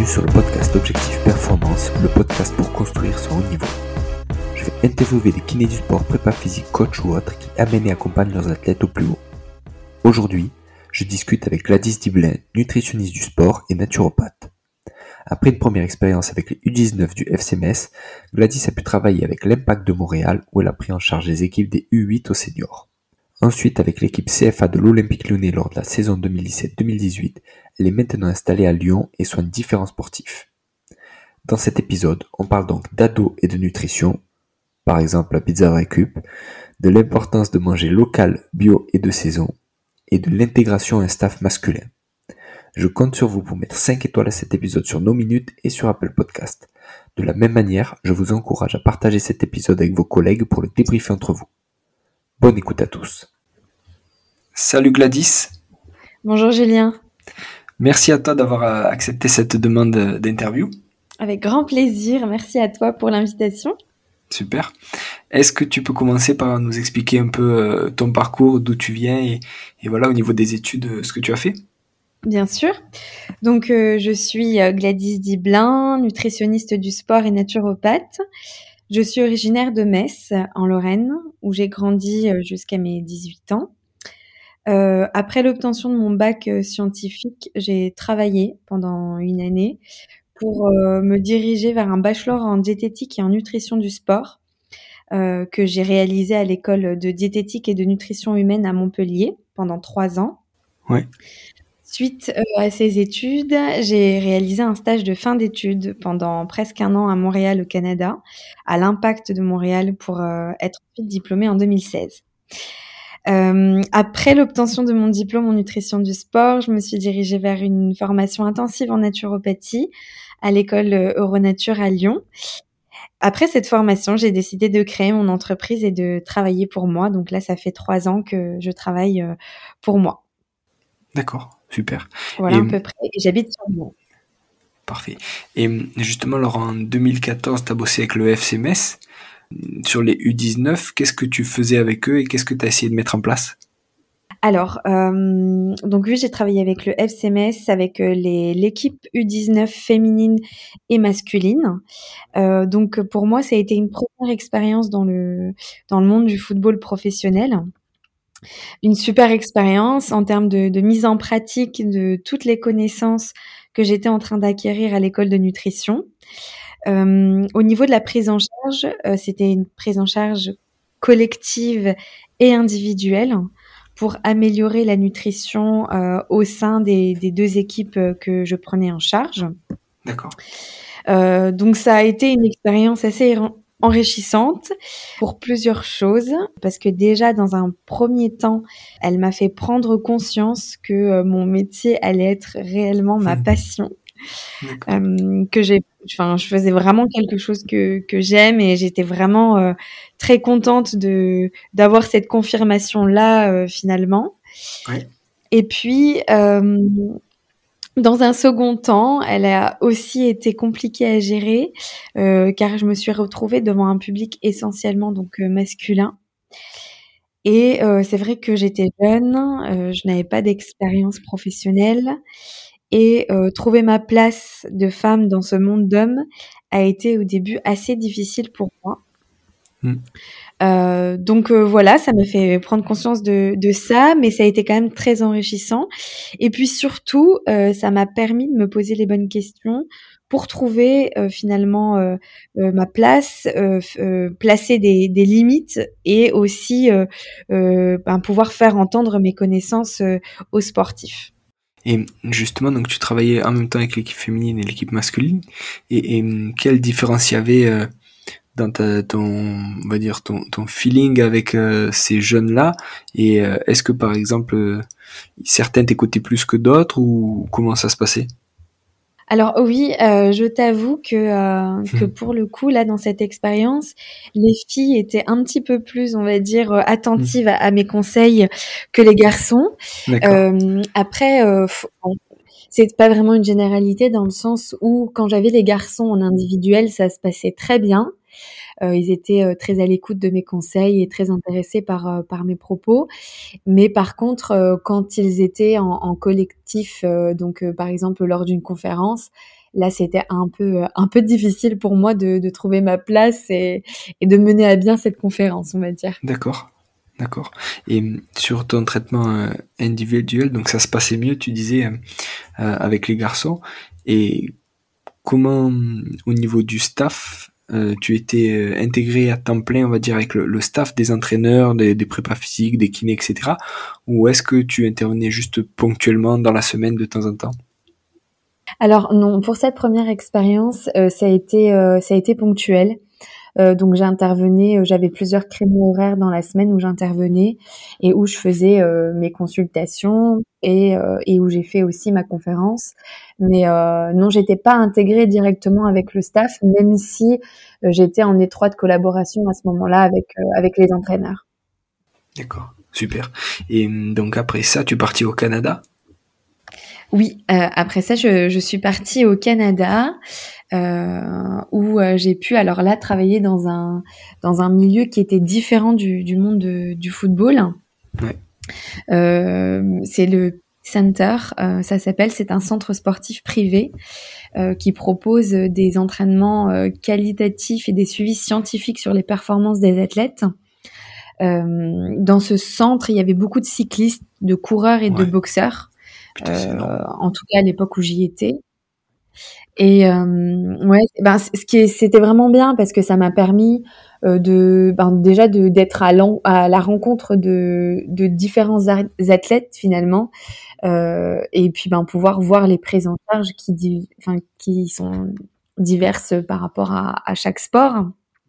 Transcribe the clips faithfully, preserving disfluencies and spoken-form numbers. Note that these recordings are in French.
sur le podcast Objectif Performance, le podcast pour construire son haut niveau. Je vais interviewer des kinés du sport, prépa physique, coach ou autres qui amènent et accompagnent leurs athlètes au plus haut. Aujourd'hui, je discute avec Gladys Diblin, nutritionniste du sport et naturopathe. Après une première expérience avec les U dix-neuf du F C Metz, Gladys a pu travailler avec l'Impact de Montréal où elle a pris en charge les équipes des U huit aux seniors. Ensuite, avec l'équipe C F A de l'Olympique Lyonnais lors de la saison deux mille dix-sept deux mille dix-huit, elle est maintenant installée à Lyon et soigne différents sportifs. Dans cet épisode, on parle donc d'ado et de nutrition, par exemple la pizza récup, de l'importance de manger local, bio et de saison, et de l'intégration à un staff masculin. Je compte sur vous pour mettre cinq étoiles à cet épisode sur No Minutes et sur Apple Podcast. De la même manière, je vous encourage à partager cet épisode avec vos collègues pour le débriefer entre vous. Bonne écoute à tous. Salut Gladys. Bonjour Julien. Merci à toi d'avoir accepté cette demande d'interview. Avec grand plaisir, merci à toi pour l'invitation. Super. Est-ce que tu peux commencer par nous expliquer un peu ton parcours, d'où tu viens et, et voilà au niveau des études, ce que tu as fait ? Bien sûr. Donc euh, je suis Gladys Diblin, nutritionniste du sport et naturopathe. Je suis originaire de Metz, en Lorraine, où j'ai grandi jusqu'à mes dix-huit ans. Euh, après l'obtention de mon bac scientifique, j'ai travaillé pendant une année pour euh, me diriger vers un bachelor en diététique et en nutrition du sport euh, que j'ai réalisé à l'école de diététique et de nutrition humaine à Montpellier pendant trois ans. Ouais. Suite euh, à ces études, j'ai réalisé un stage de fin d'études pendant presque un an à Montréal au Canada, à l'Impact de Montréal pour euh, être ensuite diplômée en deux mille seize. Euh, après l'obtention de mon diplôme en nutrition du sport, je me suis dirigée vers une formation intensive en naturopathie à l'école Euronature à Lyon. Après cette formation, j'ai décidé de créer mon entreprise et de travailler pour moi. Donc là, ça fait trois ans que je travaille pour moi. D'accord, super. Voilà et, à peu près. Et j'habite sur Lyon. Parfait. Et justement, alors en deux mille quatorze, tu as bossé avec le F C Metz. Sur les U dix-neuf, qu'est-ce que tu faisais avec eux et qu'est-ce que tu as essayé de mettre en place ? Alors, euh, donc oui, j'ai travaillé avec le F C Metz, avec euh, les, l'équipe U dix-neuf féminine et masculine. Euh, donc pour moi, ça a été une première expérience dans le dans le monde du football professionnel. Une super expérience en termes de, de mise en pratique de toutes les connaissances que j'étais en train d'acquérir à l'école de nutrition. Euh, au niveau de la prise en charge, euh, c'était une prise en charge collective et individuelle pour améliorer la nutrition euh, au sein des, des deux équipes que je prenais en charge. D'accord. Euh, donc ça a été une expérience assez enrichissante pour plusieurs choses, parce que déjà dans un premier temps, elle m'a fait prendre conscience que euh, mon métier allait être réellement ma passion. Euh, que j'ai, enfin, je faisais vraiment quelque chose que que j'aime et j'étais vraiment euh, très contente de d'avoir cette confirmation là euh, finalement. Ouais. Et puis euh, dans un second temps, elle a aussi été compliquée à gérer euh, car je me suis retrouvée devant un public essentiellement donc euh, masculin. Et euh, c'est vrai que j'étais jeune, euh, je n'avais pas d'expérience professionnelle. Et euh, trouver ma place de femme dans ce monde d'hommes a été au début assez difficile pour moi. Mmh. Euh, donc euh, voilà, ça m'a fait prendre conscience de, de ça, mais ça a été quand même très enrichissant. Et puis surtout, euh, ça m'a permis de me poser les bonnes questions pour trouver euh, finalement euh, euh, ma place, euh, euh, placer des, des limites et aussi euh, euh, ben, pouvoir faire entendre mes connaissances euh, aux sportifs. Et justement, donc tu travaillais en même temps avec l'équipe féminine et l'équipe masculine. Et, et quelle différence il y avait euh, dans ta, ton, on va dire ton, ton feeling avec euh, ces jeunes-là ? Et euh, est-ce que par exemple, euh, certains t'écoutaient plus que d'autres ou comment ça se passait ? Alors oui, euh, je t'avoue que euh, que pour le coup là dans cette expérience, les filles étaient un petit peu plus, on va dire, euh, attentives à, à mes conseils que les garçons. Euh, après, euh, bon, c'est pas vraiment une généralité dans le sens où quand j'avais les garçons en individuel, ça se passait très bien. Euh, ils étaient euh, très à l'écoute de mes conseils et très intéressés par euh, par mes propos. Mais par contre, euh, quand ils étaient en, en collectif, euh, donc euh, par exemple lors d'une conférence, là, c'était un peu, heu, un peu difficile pour moi de de trouver ma place et et de mener à bien cette conférence, on va dire. D'accord, d'accord. Et mmh, sur ton traitement, heu, individuel, donc ça se passait mieux, tu disais, heu, heu, avec les garçons. Et comment, mmh, au niveau du staff, heu, tu étais, heu, intégrée à temps plein, on va dire, avec le le staff des entraîneurs, des des prépas physiques, des kinés, et cetera? Ou est-ce que tu intervenais juste ponctuellement dans la semaine de temps en temps? Alors non, pour cette première expérience, heu, ça a été, heu, ça a été ponctuel. Heu, donc j'intervenais, heu, j'avais plusieurs créneaux horaires dans la semaine où j'intervenais et où je faisais, heu, mes consultations et heu et où j'ai fait aussi ma conférence. Mais heu, non, j'étais pas intégrée directement avec le staff, même si, heu, j'étais en étroite collaboration à ce moment-là avec, heu, avec les entraîneurs. D'accord, super. Et mmh, donc après ça, tu es partie au Canada? Oui, heu, après ça, je je suis partie au Canada, heu, où, heu, j'ai pu alors là travailler dans un dans un milieu qui était différent du du monde de du football. Ouais, Heu, c'est le Center, heu, ça s'appelle. C'est un centre sportif privé, heu, qui propose, heu, des entraînements, heu, qualitatifs et des suivis scientifiques sur les performances des athlètes. Hem, dans ce centre, il y avait beaucoup de cyclistes, de coureurs et de ouais. boxeurs, Putain, c'est heu, énorme. en tout cas à l'époque où j'y étais. Et hem, ouais, ben, c ce qui est c'était vraiment bien parce que ça m'a permis, heu, de ben, déjà de d'être à l'en à la rencontre de de différents ar athlètes finalement, heu et puis, ben, pouvoir voir les prises en charge qui di enfin, qui sont diverses par rapport à à chaque sport.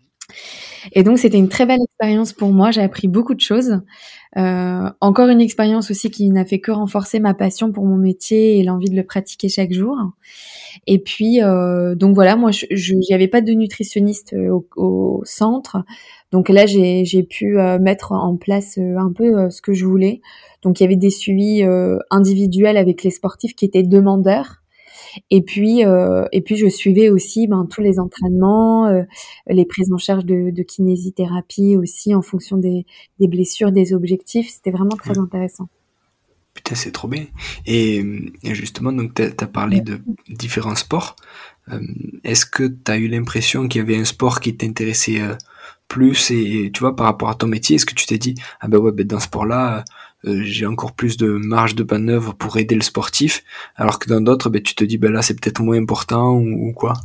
Et donc c'était une très belle expérience pour moi, j'ai appris beaucoup de choses. Heu, encore une expérience aussi qui n'a fait que renforcer ma passion pour mon métier et l'envie de le pratiquer chaque jour. Et puis, heu, donc voilà, moi je je il y avait pas de nutritionniste, heu, au au centre. Donc là, j'ai j'ai pu, heu, mettre en place, heu, un peu, heu, ce que je voulais. Donc il y avait des suivis, heu, individuels avec les sportifs qui étaient demandeurs. Et puis, heu et puis je suivais aussi, ben, tous les entraînements, heu, les prises en charge de de kinésithérapie aussi en fonction des des blessures, des objectifs. C'était vraiment Ouais. très intéressant. Putain, c'est trop bien. Et, mmh, et justement, donc tu as parlé Ouais. de différents sports. Hem, est-ce que tu as eu l'impression qu'il y avait un sport qui t'intéressait, heu, plus et tu vois, par rapport à ton métier? Est-ce que tu t'es dit: «Ah bah, ouais, beh, dans ce sport-là, heu j'ai encore plus de marge de manœuvre pour aider le sportif», alors que dans d'autres, beh, tu te dis: «Bah, là, c'est peut-être moins important» ou ou quoi?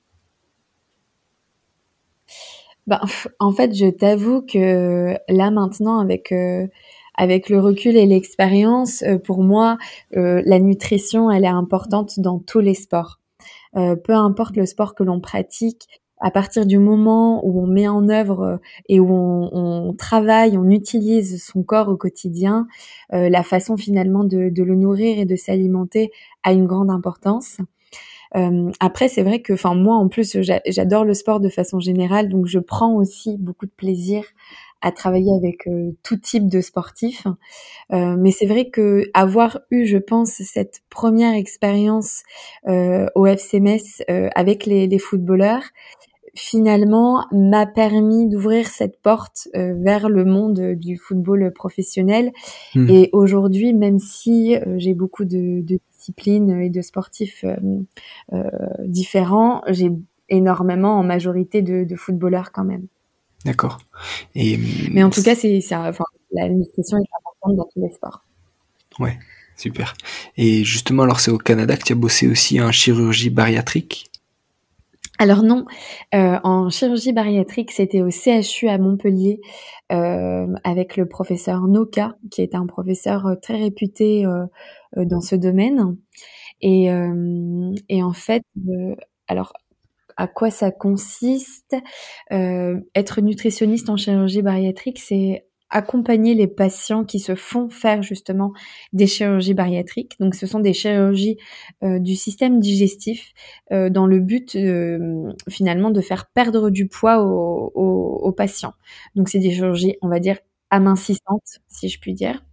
Ben, en fait, je t'avoue que là, maintenant, avec, heu, avec le recul et l'expérience, heu, pour moi, heu, la nutrition, elle est importante dans tous les sports. Heu, peu importe le sport que l'on pratique, à partir du moment où on met en œuvre, heu et où on on travaille, on utilise son corps au quotidien, heu, la façon finalement de de le nourrir et de s'alimenter a une grande importance. Hem, après c'est vrai que enfin moi en plus j'a j'adore le sport de façon générale, donc je prends aussi beaucoup de plaisir à travailler avec, heu, tout type de sportifs. Heu, mais c'est vrai qu'avoir eu, je pense, cette première expérience, heu, au F C Metz, heu, avec les les footballeurs, finalement m'a permis d'ouvrir cette porte, heu, vers le monde, heu, du football professionnel. Mmh. Et aujourd'hui, même si, heu, j'ai beaucoup de de disciplines et de sportifs, hem, heu, différents, j'ai énormément en majorité de de footballeurs quand même. D'accord. Et Mais mmh, en tout cas, c'est ça enfin, la nutrition est importante dans tous les sports. ouais, super. Et justement, alors c'est au Canada que tu as bossé aussi en chirurgie bariatrique? Alors non, heu, en chirurgie bariatrique, c'était au C H U à Montpellier, hem, avec le professeur Noka, qui est un professeur, heu, très réputé, heu heu, dans ce domaine. Et hem et en fait, heu, alors à quoi ça consiste? Heu, être nutritionniste en chirurgie bariatrique, c'est accompagner les patients qui se font faire justement des chirurgies bariatriques. Donc ce sont des chirurgies, heu, du système digestif, heu, dans le but, hem, finalement de faire perdre du poids aux aux aux patients. Donc c'est des chirurgies, on va dire, amincissantes, si je puis dire.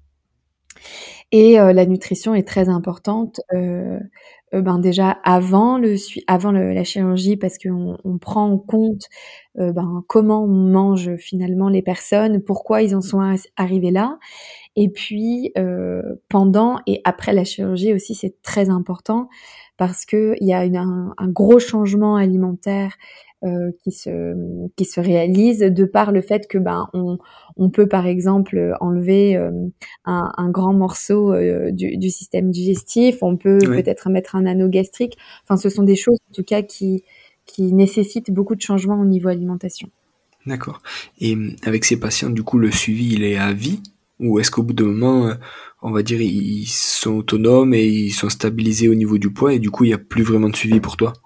Et heu, la nutrition est très importante, heu heu, ben, déjà avant le sui avant le la chirurgie parce qu'on on prend en compte, heu, ben, comment mangent finalement les personnes, pourquoi ils en sont as arrivés là. Et puis, heu, pendant et après la chirurgie aussi, c'est très important parce qu'il y a une un un gros changement alimentaire, heu, qui se qui se réalise de par le fait que, ben, on on peut, par exemple, enlever, hem, un un grand morceau, heu, du du système digestif. On peut Oui, peut-être mettre un anneau gastrique. Enfin, ce sont des choses, en tout cas, qui qui nécessitent beaucoup de changements au niveau alimentation. d'accord. Et mmh, avec ces patients, du coup, le suivi, il est à vie? Ou est-ce qu'au bout d'un moment, heu, on va dire, ils sont autonomes et ils sont stabilisés au niveau du poids et du coup, il y a plus vraiment de suivi pour toi?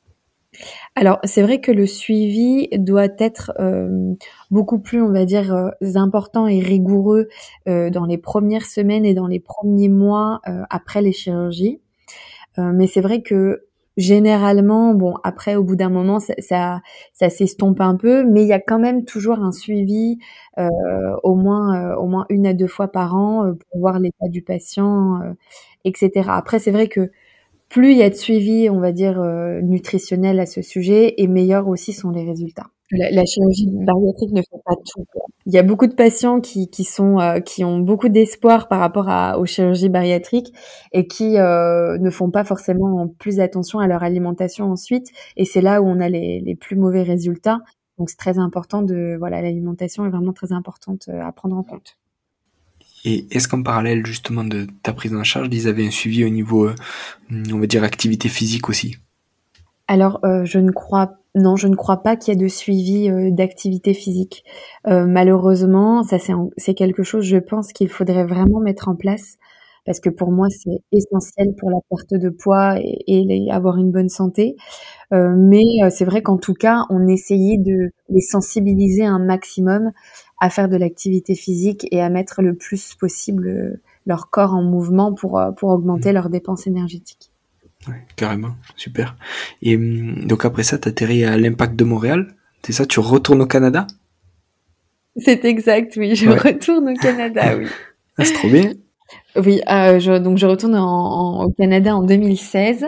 Alors, c'est vrai que le suivi doit être, hem, beaucoup plus, on va dire, heu, important et rigoureux, heu, dans les premières semaines et dans les premiers mois, heu, après les chirurgies. Heu, mais c'est vrai que généralement, bon, après, au bout d'un moment, ça ça ça s'estompe un peu, mais il y a quand même toujours un suivi, heu, au moins, heu, au moins une à deux fois par an, heu, pour voir l'état du patient, heu, et cetera. Après, c'est vrai que plus il y a de suivi, on va dire, heu, nutritionnel à ce sujet et meilleurs aussi sont les résultats. La la chirurgie bariatrique ne fait pas tout, quoi. Il y a beaucoup de patients qui qui sont, heu, qui ont beaucoup d'espoir par rapport à aux chirurgies bariatriques et qui, heu, ne font pas forcément plus attention à leur alimentation ensuite et c'est là où on a les les plus mauvais résultats. Donc c'est très important de voilà, l'alimentation est vraiment très importante, heu, à prendre en compte. Et est-ce qu'en parallèle, justement, de ta prise en charge, ils avaient un suivi au niveau, heu, mmh, on va dire activité physique aussi? Alors, heu, je ne crois non, je ne crois pas qu'il y ait de suivi, heu, d'activité physique. Heu, malheureusement, ça c'est en c'est quelque chose, je pense, qu'il faudrait vraiment mettre en place parce que pour moi, c'est essentiel pour la perte de poids et et les avoir une bonne santé. Heu, mais heu, c'est vrai qu'en tout cas, on essayait de les sensibiliser un maximum à faire de l'activité physique et à mettre le plus possible, heu, leur corps en mouvement pour, heu, pour Mmh. augmenter leurs dépenses énergétiques. Ouais, carrément, super. Et mmh, donc après ça, tu atterris à l'Impact de Montréal, c'est ça? Tu retournes au Canada? C'est exact, oui, je Ouais. retourne au Canada, oui. Ah, c'est trop bien. Oui, heu, je donc je retourne en en au Canada en deux mille seize.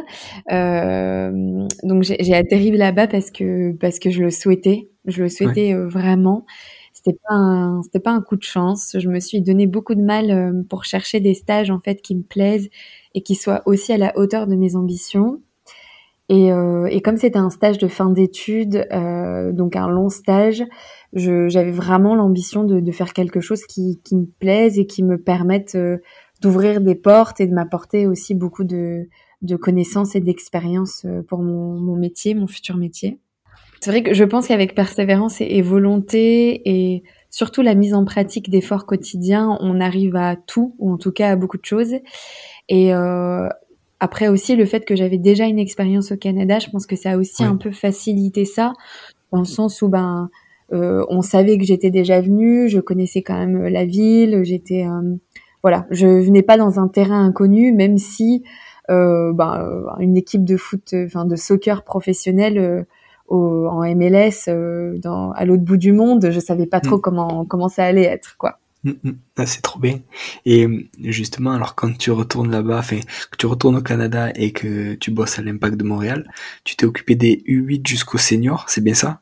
Hem, donc j'ai j'ai atterri là-bas parce que parce que je le souhaitais. Je le Ouais. souhaitais, heu, vraiment. C'était pas un c'était pas un coup de chance. Je me suis donné beaucoup de mal, hem, pour chercher des stages, en fait, qui me plaisent et qui soient aussi à la hauteur de mes ambitions. Et heu et comme c'était un stage de fin d'études, heu, donc un long stage, je j'avais vraiment l'ambition de de faire quelque chose qui qui me plaise et qui me permette, heu, d'ouvrir des portes et de m'apporter aussi beaucoup de de connaissances et d'expérience, heu, pour mon mon métier, mon futur métier. C'est vrai que je pense qu'avec persévérance et et volonté et surtout la mise en pratique d'efforts quotidiens, on arrive à tout ou en tout cas à beaucoup de choses et heu, après aussi le fait que j'avais déjà une expérience au Canada, je pense que ça a aussi Ouais. un peu facilité ça, dans le sens où, ben, heu, on savait que j'étais déjà venue, je connaissais quand même, heu, la ville, j'étais, hem, voilà, je venais pas dans un terrain inconnu, même si, heu, ben, heu, une équipe de foot, heu, enfin de soccer professionnel, heu, au en M L S, heu, dans à l'autre bout du monde, je savais pas trop Mmh. comment comment ça allait être, quoi. Mmh mh. Ah, c'est trop bien. Et mmh, justement, alors quand tu retournes là-bas, enfin, que tu retournes au Canada et que tu bosses à l'Impact de Montréal, tu t'es occupé des U huit jusqu'aux seniors, c'est bien ça?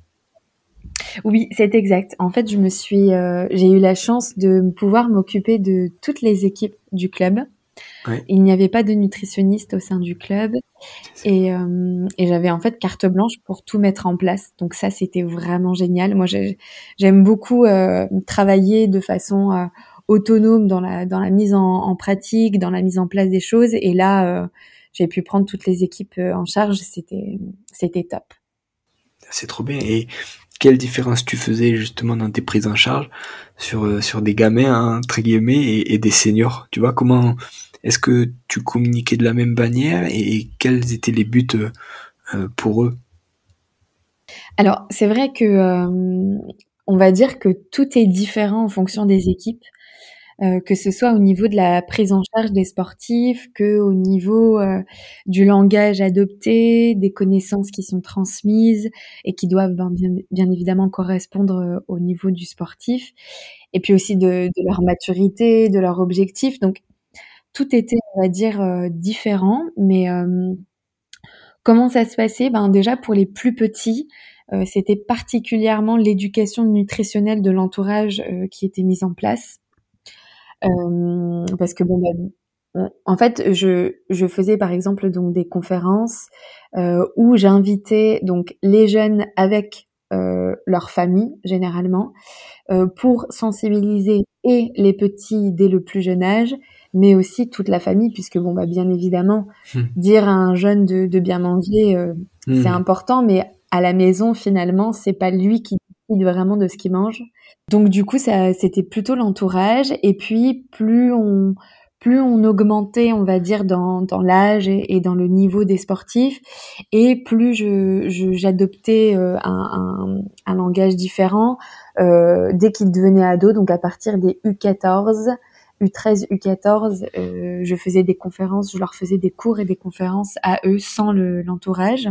Oui, c'est exact. En fait, je me suis, heu, j'ai eu la chance de pouvoir m'occuper de toutes les équipes du club. Ouais, Il n'y avait pas de nutritionniste au sein du club c'est et hem et j'avais en fait carte blanche pour tout mettre en place. Donc ça, c'était vraiment génial. Moi, j'ai j'aime beaucoup, heu, travailler de façon, heu, autonome dans la dans la mise en en pratique, dans la mise en place des choses et là, heu, j'ai pu prendre toutes les équipes, heu, en charge. C'était c'était top. c'est trop bien. Et quelle différence tu faisais justement dans tes prises en charge sur, heu, sur des gamins, hein, entre guillemets, et et des seniors? Tu vois, comment est-ce que tu communiquais de la même manière et et quels étaient les buts, heu heu, pour eux? Alors, c'est vrai que, hem, on va dire que tout est différent en fonction des équipes, heu, que ce soit au niveau de la prise en charge des sportifs, qu'au niveau, heu, du langage adopté, des connaissances qui sont transmises et qui doivent, ben, bien bien évidemment correspondre, heu, au niveau du sportif et puis aussi de de leur maturité, de leur objectif. Donc tout était, on va dire, heu, différent, mais hem comment ça se passait? Ben, déjà pour les plus petits, heu, c'était particulièrement l'éducation nutritionnelle de l'entourage, heu, qui était mise en place. Hem, parce que bon, bah on en fait, je je faisais par exemple donc des conférences, heu, où j'invitais donc les jeunes avec, heu, leur famille généralement, heu, pour sensibiliser et les petits dès le plus jeune âge, mais aussi toute la famille puisque bon, bah, bien évidemment, Mmh. dire à un jeune de de bien manger, heu, c'est Mmh. important, mais à la maison finalement, c'est pas lui qui décide vraiment de ce qu'il mange. Donc du coup, ça c'était plutôt l'entourage et puis plus on plus on augmentait, on va dire, dans dans l'âge et et dans le niveau des sportifs et plus je je j'adoptais, heu, un un un langage différent, heu, dès qu'ils devenaient ados, donc à partir des U quatorze, U treize, U quatorze, heu, je faisais des conférences, je leur faisais des cours et des conférences à eux sans le l'entourage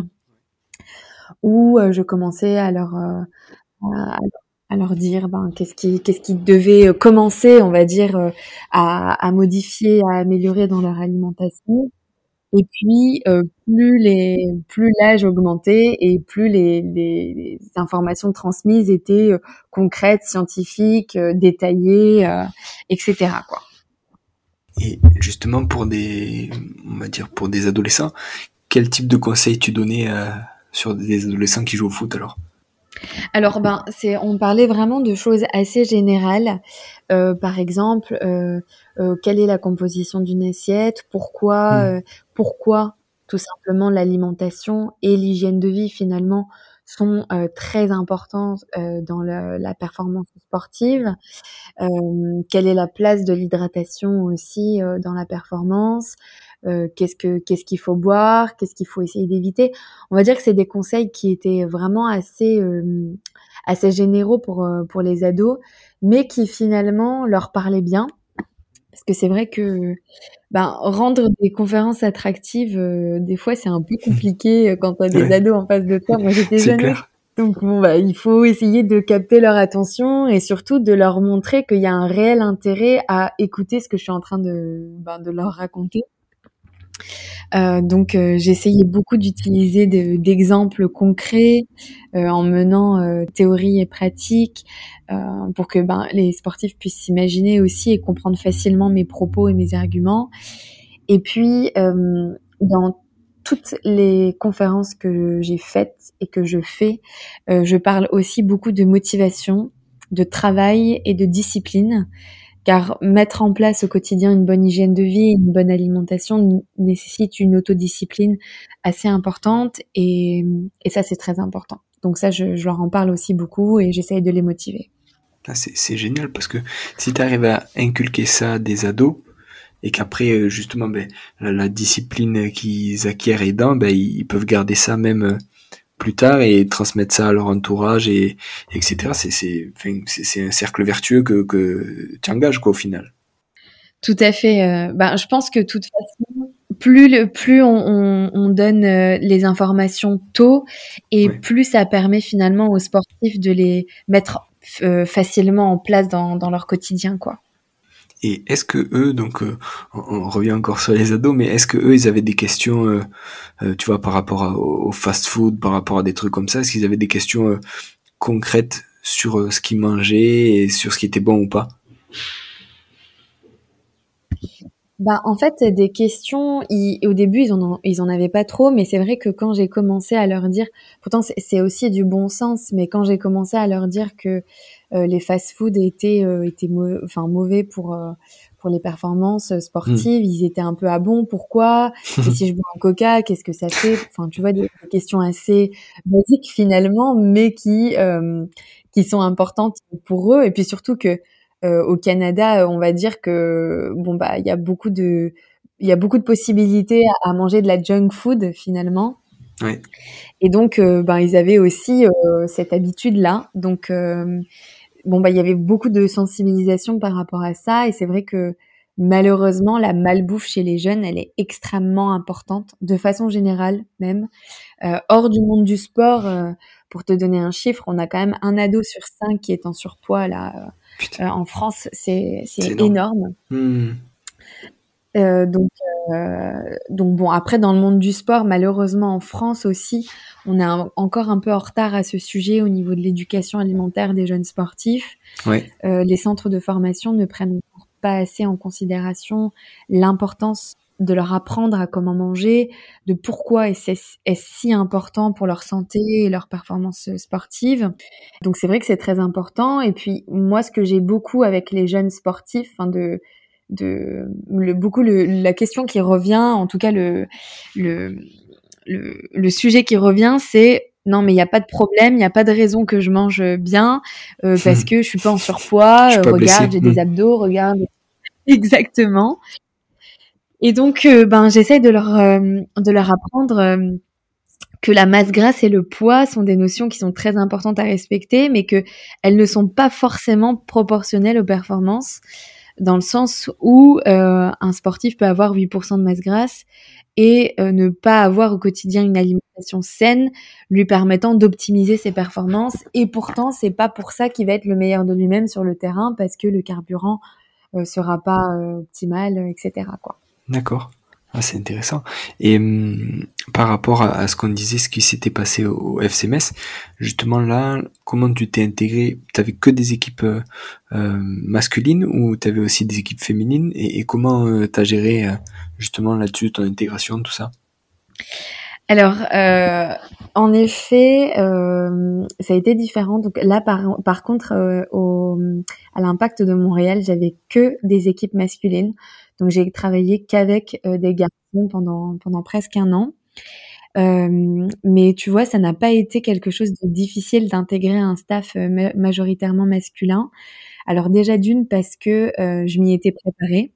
où, heu, je commençais à leur, heu, à à leur dire, ben, qu'est-ce qui qu'est-ce qu'ils devaient, heu, commencer, on va dire, heu, à à modifier, à améliorer dans leur alimentation et puis, heu, plus les plus l'âge augmentait et plus les les les informations transmises étaient, heu, concrètes, scientifiques, heu, détaillées, heu, et cetera, quoi. Et justement pour des, on va dire pour des adolescents, quel type de conseils tu donnais euh, sur des adolescents qui jouent au foot alors? Alors ben, c'est on parlait vraiment de choses assez générales. Heu, par exemple, heu heu, quelle est la composition d'une assiette? Pourquoi, Mmh. heu, pourquoi tout simplement l'alimentation et l'hygiène de vie finalement sont, heu, très importantes, heu, dans le la performance sportive. Hem, quelle est la place de l'hydratation aussi, heu, dans la performance? Heu, qu'est-ce que qu'est-ce qu'il faut boire? Qu'est-ce qu'il faut essayer d'éviter? On va dire que c'est des conseils qui étaient vraiment assez, hem, assez généraux pour, heu, pour les ados, mais qui finalement leur parlaient bien. Parce que c'est vrai que, ben, rendre des conférences attractives, heu, des fois c'est un peu compliqué, heu, quand tu as des Ouais, ados en face de toi. Moi j'étais c'est jeune. clair. Donc bon, bah, il faut essayer de capter leur attention et surtout de leur montrer qu'il y a un réel intérêt à écouter ce que je suis en train de, ben, de leur raconter. Heu, donc heu, j'essayais beaucoup d'utiliser de d'exemples concrets, heu, en menant, heu, théorie et pratique, heu, pour que, ben, les sportifs puissent s'imaginer aussi et comprendre facilement mes propos et mes arguments. Et puis, hem, dans toutes les conférences que j'ai faites et que je fais, heu, je parle aussi beaucoup de motivation, de travail et de discipline. Car mettre en place au quotidien une bonne hygiène de vie, une bonne alimentation n nécessite une autodiscipline assez importante et mmh et ça, c'est très important. Donc ça, je je leur en parle aussi beaucoup et j'essaye de les motiver. Ah, c'est, c'est génial parce que si tu arrives à inculquer ça à des ados et qu'après euh, justement ben, la, la discipline qu'ils acquièrent aidant, ben, ils, ils peuvent garder ça même euh, plus tard et transmettre ça à leur entourage et etc. C'est, c'est, enfin, c'est, c'est un cercle vertueux que, que tu engages quoi au final. Tout à fait, heu, ben, je pense que de toute façon, plus le plus on on on donne, heu, les informations tôt et Ouais. plus ça permet finalement aux sportifs de les mettre f heu, facilement en place dans dans leur quotidien, quoi. Et est-ce que eux, donc euh, on, on revient encore sur les ados, mais est-ce que eux ils avaient des questions, euh, euh, tu vois, par rapport à- au fast-food, par rapport à des trucs comme ça, est-ce qu'ils avaient des questions euh, concrètes sur euh, ce qu'ils mangeaient et sur ce qui était bon ou pas? Bah, en fait, des questions, ils au début, ils en ont ils en avaient pas trop, mais c'est vrai que quand j'ai commencé à leur dire pourtant c'est c'est aussi du bon sens, mais quand j'ai commencé à leur dire que, heu, les fast-food étaient, heu, étaient mau enfin mauvais pour, heu, pour les performances, heu, Hmm. sportives, ils étaient un peu: «Ah bon, pourquoi? Et si je bois un coca, qu'est-ce que ça fait?» Enfin, tu vois, des des questions assez basiques finalement, mais qui, hem, qui sont importantes pour eux et puis surtout que, Heu, au Canada, on va dire que bon, bah, il y a beaucoup de il y a beaucoup de possibilités à à manger de la junk food finalement Ouais. et donc heu, ben, ils avaient aussi, heu, cette habitude-là. Donc hem, bon, bah, il y avait beaucoup de sensibilisation par rapport à ça et c'est vrai que malheureusement, la malbouffe chez les jeunes, elle est extrêmement importante, de façon générale même. Heu, hors du monde du sport, heu, pour te donner un chiffre, on a quand même un ado sur cinq qui est en surpoids là, heu, Putain, heu, en France, c'est c'est c'est énorme. énorme. Hmm. Heu, donc heu, donc bon, après dans le monde du sport, malheureusement en France aussi, on est un encore un peu en retard à ce sujet au niveau de l'éducation alimentaire des jeunes sportifs. Ouais. Heu, les centres de formation ne prennent pas assez en considération l'importance de leur apprendre à comment manger, de pourquoi est-ce est si important pour leur santé et leur performance sportive. Donc c'est vrai que c'est très important. Et puis moi, ce que j'ai beaucoup avec les jeunes sportifs, enfin de de le, beaucoup le, la question qui revient, en tout cas le le le, le sujet qui revient, c'est non mais il y a pas de problème, il y a pas de raison que je mange bien euh, parce que je suis pas en surpoids. Je suis Euh, pas regarde, blessé. j'ai Hmm. des abdos, regarde. Exactement. Et donc, euh, ben, j'essaye de leur, euh, de leur apprendre euh, que la masse grasse et le poids sont des notions qui sont très importantes à respecter, mais que elles ne sont pas forcément proportionnelles aux performances, dans le sens où euh, un sportif peut avoir huit pour cent de masse grasse et euh, ne pas avoir au quotidien une alimentation saine lui permettant d'optimiser ses performances. Et pourtant, c'est pas pour ça qu'il va être le meilleur de lui-même sur le terrain, parce que le carburant euh, sera pas euh, optimal, et cetera, quoi. D'accord. Ah, c'est intéressant. Et hum, par rapport à, à ce qu'on disait, ce qui s'était passé au, au F C Metz, justement là, comment tu t'es intégré? T'avais que des équipes euh, euh, masculines ou t'avais aussi des équipes féminines? Et, et comment euh, t'as géré euh, justement là-dessus ton intégration, tout ça? Alors, euh, en effet, euh, ça a été différent. Donc là, par, par contre, euh, au, à l'Impact de Montréal, j'avais que des équipes masculines. Donc j'ai travaillé qu'avec euh, des garçons pendant pendant presque un an. Euh, mais tu vois, ça n'a pas été quelque chose de difficile d'intégrer un staff euh, ma- majoritairement masculin. Alors déjà d'une parce que euh, je m'y étais préparée.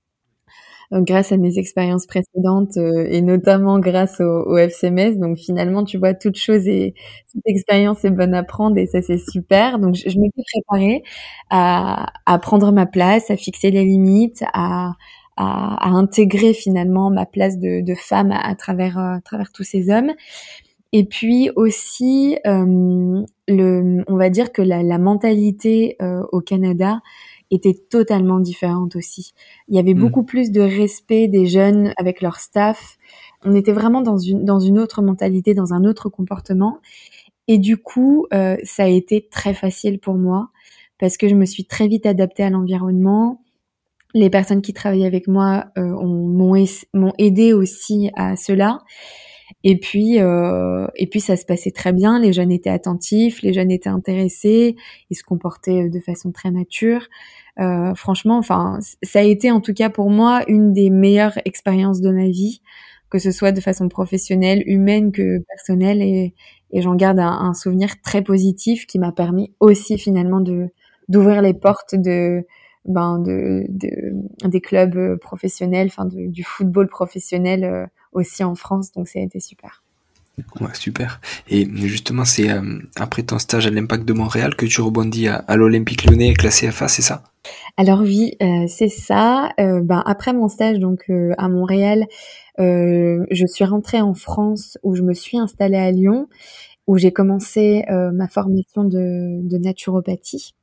Donc, grâce à mes expériences précédentes euh, et notamment grâce au, au F C Metz. Donc finalement, tu vois, toute chose et toute expérience est bonne à prendre et ça c'est super. Donc je, je m'étais préparée à, à prendre ma place, à fixer les limites, à, à, à intégrer finalement ma place de, de femme à, à travers euh, à travers tous ces hommes. Et puis aussi, euh, le, on va dire que la, la mentalité euh, au Canada était totalement différente aussi. Il y avait Hmm. beaucoup plus de respect des jeunes avec leur staff. On était vraiment dans une dans une autre mentalité, dans un autre comportement. Et du coup, euh, ça a été très facile pour moi parce que je me suis très vite adaptée à l'environnement. Les personnes qui travaillaient avec moi euh, ont, m'ont, es- m'ont aidé aussi à cela. Et puis, euh, et puis ça se passait très bien. Les jeunes étaient attentifs, les jeunes étaient intéressés, ils se comportaient de façon très mature. Euh, franchement, enfin, ça a été en tout cas pour moi une des meilleures expériences de ma vie, que ce soit de façon professionnelle, humaine que personnelle, et, et j'en garde un, un souvenir très positif qui m'a permis aussi finalement de d'ouvrir les portes de ben de, de des clubs professionnels, enfin de, du football professionnel euh, aussi en France, donc ça a été super. Ouais, super. Et justement, c'est euh, après ton stage à l'Impact de Montréal que tu rebondis à, à l'Olympique Lyonnais avec la C F A, c'est ça? Alors oui, euh, c'est ça. Euh, ben après mon stage donc euh, à Montréal, euh, je suis rentrée en France où je me suis installée à Lyon, où j'ai commencé euh, ma formation de, de naturopathie.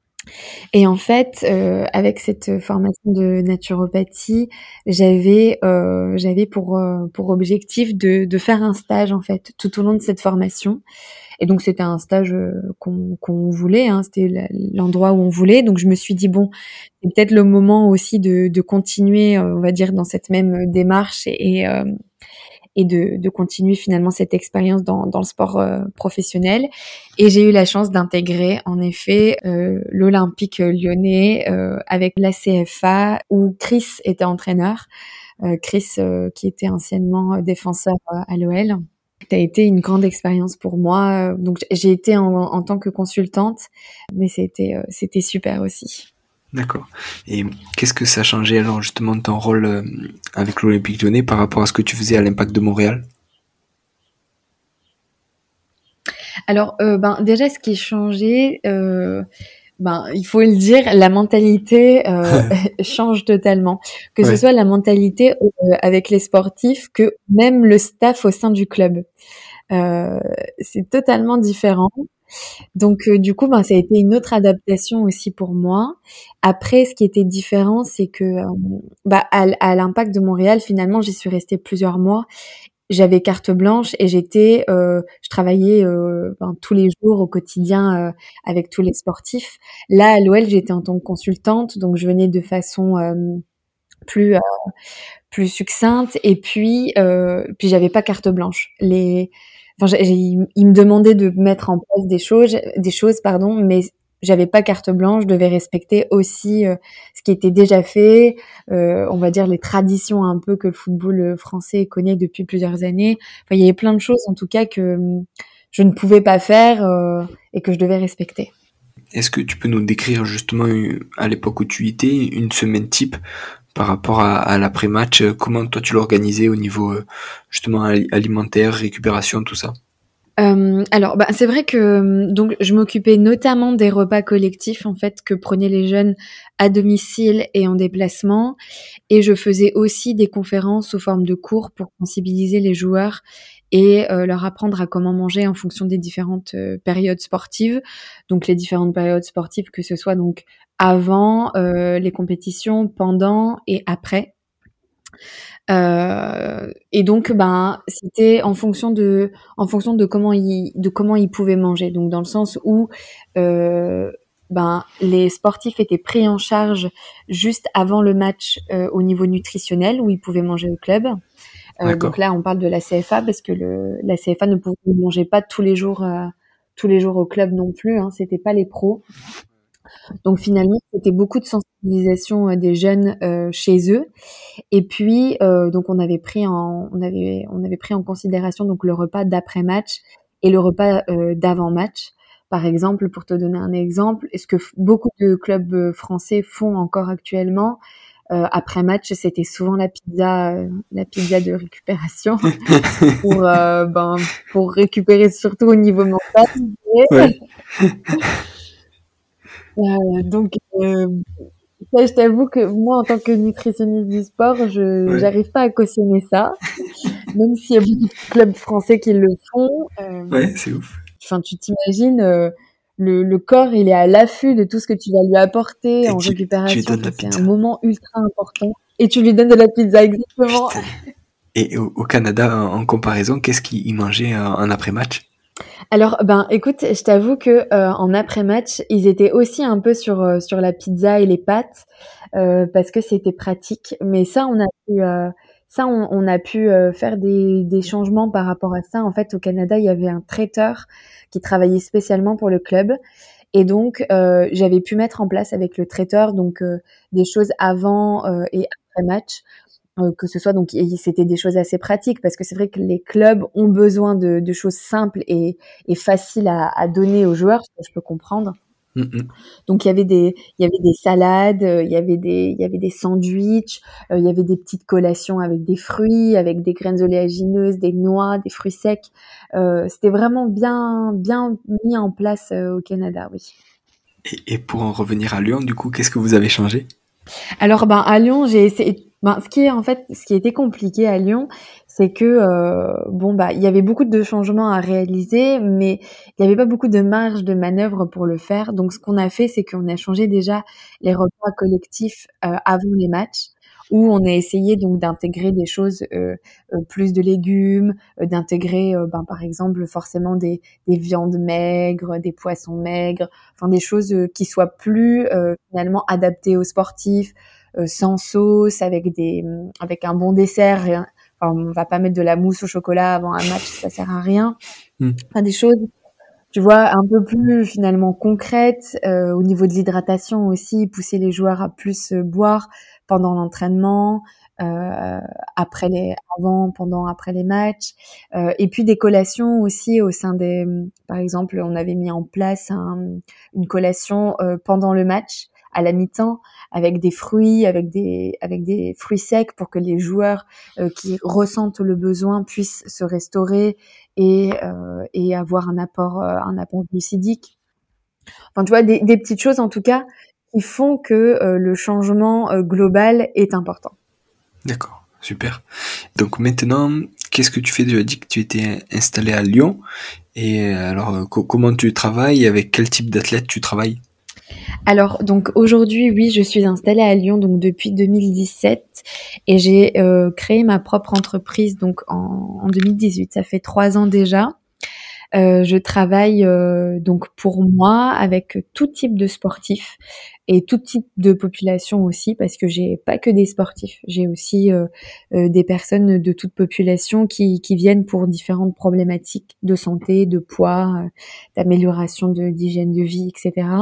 Et en fait, euh, avec cette formation de naturopathie, j'avais euh, j'avais pour euh, pour objectif de de faire un stage en fait tout au long de cette formation. Et donc c'était un stage euh, qu'on qu'on voulait, hein, c'était la- l'endroit où on voulait. Donc je me suis dit bon, c'est peut-être le moment aussi de de continuer, euh, on va dire, dans cette même démarche et, et, euh, et de, de continuer finalement cette expérience dans, dans le sport euh, professionnel. Et j'ai eu la chance d'intégrer en effet euh, l'Olympique lyonnais euh, avec la C F A où Chris était entraîneur. Euh, Chris euh, qui était anciennement défenseur euh, à l'O L. Ça a été une grande expérience pour moi. Donc j'ai été en, en tant que consultante, mais c'était euh, c'était super aussi. D'accord. Et qu'est-ce que ça a changé alors justement de ton rôle euh, avec l'Olympique Lyonnais par rapport à ce que tu faisais à l'Impact de Montréal? Alors euh, ben déjà ce qui changeait, euh, ben, il faut le dire, la mentalité euh, change totalement. Que ce Ouais, soit la mentalité euh, avec les sportifs, que même le staff au sein du club. Euh, c'est totalement différent. Donc euh, du coup, ben, ça a été une autre adaptation aussi pour moi. Après, ce qui était différent, c'est que euh, bah, à, l- à l'Impact de Montréal, finalement, j'y suis restée plusieurs mois. j'avais carte blanche et j'étais, heu, je travaillais, heu, ben, tous les jours au quotidien, heu, avec tous les sportifs. Là, à l'O L, j'étais en tant que consultante, donc je venais de façon, hem, plus, heu, plus succincte et puis, heu, puis j'avais pas carte blanche. Les enfin, j'ai j'ai ils ils me demandaient de mettre en place des choses des choses, pardon, mais j'avais pas carte blanche, je devais respecter aussi, heu, ce qui était déjà fait, heu, on va dire les traditions un peu que le football, heu, français connaît depuis plusieurs années. Enfin, il y avait plein de choses en tout cas que, mmh, je ne pouvais pas faire, heu, et que je devais respecter. Est-ce que tu peux nous décrire justement, euh, à l'époque où tu y étais, une semaine type par rapport à, à l'après-match? euh, Comment toi tu l'organisais au niveau euh, justement ali- alimentaire, récupération, tout ça? Hem, alors, bah, c'est vrai que, mmh, donc je m'occupais notamment des repas collectifs, en fait, que prenaient les jeunes à domicile et en déplacement et je faisais aussi des conférences sous forme de cours pour sensibiliser les joueurs et heu, leur apprendre à comment manger en fonction des différentes, heu, périodes sportives. Donc les différentes périodes sportives, que ce soit donc avant, heu, les compétitions, pendant et après. Heu et donc ben, c'était en fonction de en fonction de comment ils de comment ils pouvaient manger. Donc dans le sens où, heu, ben, les sportifs étaient pris en charge juste avant le match, heu, au niveau nutritionnel où ils pouvaient manger au club. Heu, donc D'accord. là, on parle de la C F A parce que le la C F A ne pouvait ne mangeait pas tous les jours, heu, tous les jours au club non plus, hein, c'était pas les pros. Donc finalement, c'était beaucoup de sensibilisation, heu, des jeunes, heu, chez eux et puis, heu, donc on avait pris en on avait on avait pris en considération donc le repas d'après-match et le repas, heu, d'avant-match. Par exemple, pour te donner un exemple, ce que f beaucoup de clubs, heu, français font encore actuellement, heu, après match, c'était souvent la pizza, heu, la pizza de récupération pour, heu, ben, pour récupérer surtout au niveau mental, Ouais. heu, donc heu, ça, je t'avoue que moi, en tant que nutritionniste du sport, je Ouais. j'arrive pas à cautionner ça. Même s'il y a beaucoup de clubs français qui le font, Ouais, hem, c'est ouf. enfin, tu t'imagines, heu, le le corps, il est à l'affût de tout ce que tu vas lui apporter Et en tu, tu lui récupération. donnes Enfin, la c'est un pizza. moment ultra important et tu lui donnes de la pizza, exactement. Putain. Et au, au Canada, en, en comparaison, qu'est-ce qu'ils mangeaient en, en après-match? Alors, ben, écoute, je t'avoue que, heu, en après-match, ils étaient aussi un peu sur, heu, sur la pizza et les pâtes, heu, parce que c'était pratique. Mais ça, on a pu, heu, ça, on on a pu, heu, faire des des changements par rapport à ça. En fait, au Canada, il y avait un traiteur qui travaillait spécialement pour le club et donc heu, j'avais pu mettre en place avec le traiteur donc heu, des choses avant, heu et après match. Heu, que ce soit donc et c'était des choses assez pratiques parce que c'est vrai que les clubs ont besoin de de choses simples et et faciles à à donner aux joueurs, ce que je peux comprendre. Mm-mm. Donc il y avait des il y avait des salades, heu, il y avait des il y avait des sandwichs, heu, il y avait des petites collations avec des fruits, avec des graines oléagineuses, des noix, des fruits secs. Heu, c'était vraiment bien bien mis en place, heu, au Canada, oui. Et, et pour en revenir à Lyon, du coup, qu'est-ce que vous avez changé? Alors, ben, à Lyon, j'ai essayé ben, ce qui est en fait, ce qui était compliqué à Lyon, c'est que, heu, bon, bah, il y avait beaucoup de changements à réaliser, mais il y avait pas beaucoup de marge de manœuvre pour le faire. Donc ce qu'on a fait, c'est qu'on a changé déjà les repas collectifs, heu, avant les matchs, où on a essayé donc d'intégrer des choses, heu heu, plus de légumes, heu, d'intégrer, heu, ben, par exemple, forcément des des viandes maigres, des poissons maigres, enfin des choses, heu, qui soient plus, heu, finalement adaptées aux sportifs, heu, sans sauce, avec des, mmh, avec un bon dessert, rien enfin, on va pas mettre de la mousse au chocolat avant un match, ça sert à rien. Mm. Enfin des choses, tu vois, un peu plus finalement concrètes, heu, au niveau de l'hydratation aussi, pousser les joueurs à plus, heu, boire pendant l'entraînement, heu, après les avant, pendant, après les matchs, heu et puis des collations aussi au sein des, mmh, par exemple, on avait mis en place un, mmh, une collation, heu, pendant le match, à la mi-temps, avec des fruits, avec des avec des fruits secs pour que les joueurs, heu, qui ressentent le besoin puissent se restaurer et heu et avoir un apport, heu, un apport glucidique. Enfin, tu vois, des des petites choses en tout cas qui font que, heu, le changement, heu, global est important. D'accord, super. Donc maintenant, qu'est-ce que tu fais? Tu as dit que tu étais installé à Lyon. Et euh, alors, euh, co- comment tu travailles? Avec quel type d'athlète tu travailles? Alors donc aujourd'hui, oui, je suis installée à Lyon donc depuis deux mille dix-sept et j'ai euh, créé ma propre entreprise donc en, en deux mille dix-huit. Ça fait trois ans déjà. Euh, je travaille euh, donc pour moi avec tout type de sportifs et tout type de population aussi parce que j'ai pas que des sportifs, j'ai aussi euh, euh, des personnes de toute population qui, qui viennent pour différentes problématiques de santé, de poids, euh, d'amélioration de d'hygiène de vie, et cetera.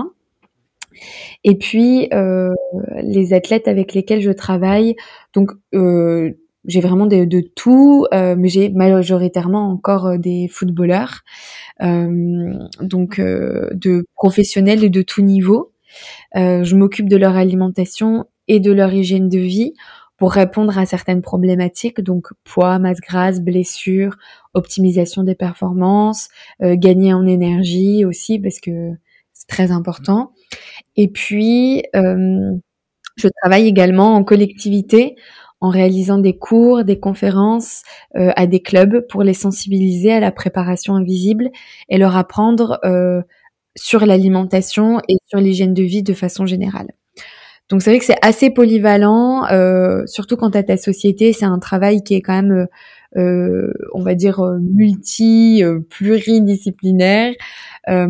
Et puis euh, les athlètes avec lesquels je travaille, donc euh, j'ai vraiment de, de tout, euh, mais j'ai majoritairement encore euh, des footballeurs, euh, donc euh, de professionnels et de tout niveau. Euh, je m'occupe de leur alimentation et de leur hygiène de vie pour répondre à certaines problématiques, donc poids, masse grasse, blessures, optimisation des performances, euh, gagner en énergie aussi parce que c'est très important. Et puis, euh, je travaille également en collectivité en réalisant des cours, des conférences euh, à des clubs pour les sensibiliser à la préparation invisible et leur apprendre euh, sur l'alimentation et sur l'hygiène de vie de façon générale. Donc c'est vrai que c'est assez polyvalent, euh, surtout quand tu as ta société, c'est un travail qui est quand même, euh, euh, on va dire, euh, multi, euh, pluridisciplinaire. Euh,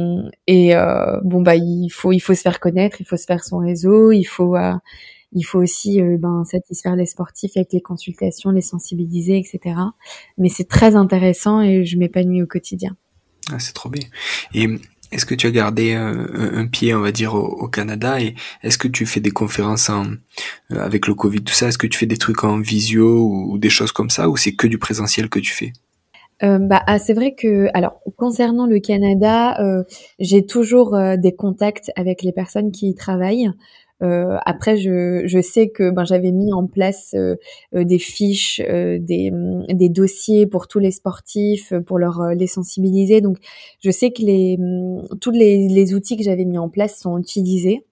et euh, bon bah il faut il faut se faire connaître, il faut se faire son réseau, il faut euh, il faut aussi euh, ben satisfaire les sportifs avec les consultations, les sensibiliser, et cetera. Mais c'est très intéressant et je m'épanouis au quotidien. Ah, c'est trop bien. Et est-ce que tu as gardé un, un pied, on va dire, au, au Canada, et est-ce que tu fais des conférences en, euh, avec le Covid, tout ça, est-ce que tu fais des trucs en visio ou, ou des choses comme ça, ou c'est que du présentiel que tu fais? Euh, bah, ah, c'est vrai que, alors, concernant le Canada, euh, j'ai toujours euh, des contacts avec les personnes qui y travaillent. Euh, après, je, je sais que ben, j'avais mis en place euh, euh, des fiches, euh, des, hum, des dossiers pour tous les sportifs, euh, pour leur euh, les sensibiliser. Donc, je sais que les, hum, tous les, les outils que j'avais mis en place sont utilisés.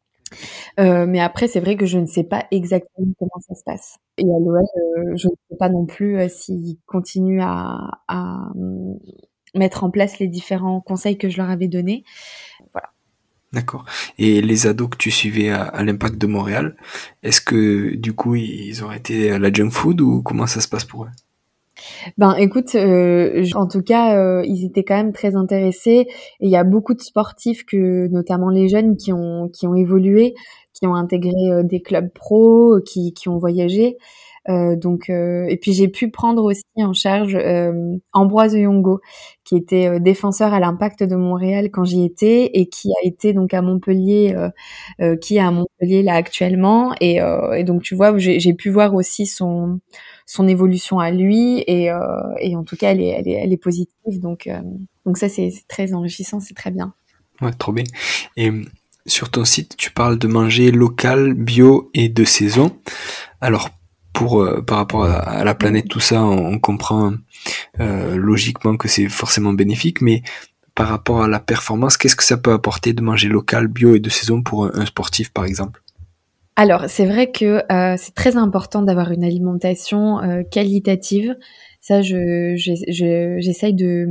Euh, mais après, c'est vrai que je ne sais pas exactement comment ça se passe. Et à l'O L, euh, je ne sais pas non plus euh, s'ils continuent à, à hum, mettre en place les différents conseils que je leur avais donnés. Voilà. D'accord. Et les ados que tu suivais à, à l'Impact de Montréal, est-ce que du coup ils auraient été à la junk food ou comment ça se passe pour eux? Ben, écoute, euh, je- en tout cas, euh, ils étaient quand même très intéressés. Et il y a beaucoup de sportifs que, notamment les jeunes, qui ont qui ont évolué, qui ont intégré euh, des clubs pro, qui qui ont voyagé. Euh, donc, euh, et puis j'ai pu prendre aussi en charge euh, Ambroise Yongo, qui était euh, défenseur à l'Impact de Montréal quand j'y étais et qui a été donc à Montpellier, euh, euh, qui est à Montpellier là actuellement. Et, euh, et donc tu vois, j'ai, j'ai pu voir aussi son son évolution à lui et, euh, et en tout cas elle est elle est, elle est positive. Donc euh, donc ça c'est, c'est très enrichissant, c'est très bien. Ouais, trop bien. Et euh, sur ton site, tu parles de manger local, bio et de saison. Alors, pour euh, par rapport à, à la planète, tout ça, on, on comprend euh, logiquement que c'est forcément bénéfique, mais par rapport à la performance, qu'est-ce que ça peut apporter de manger local, bio et de saison pour un, un sportif, par exemple? Alors, c'est vrai que euh, c'est très important d'avoir une alimentation euh, qualitative. Ça, je, je, je- j'essaye de,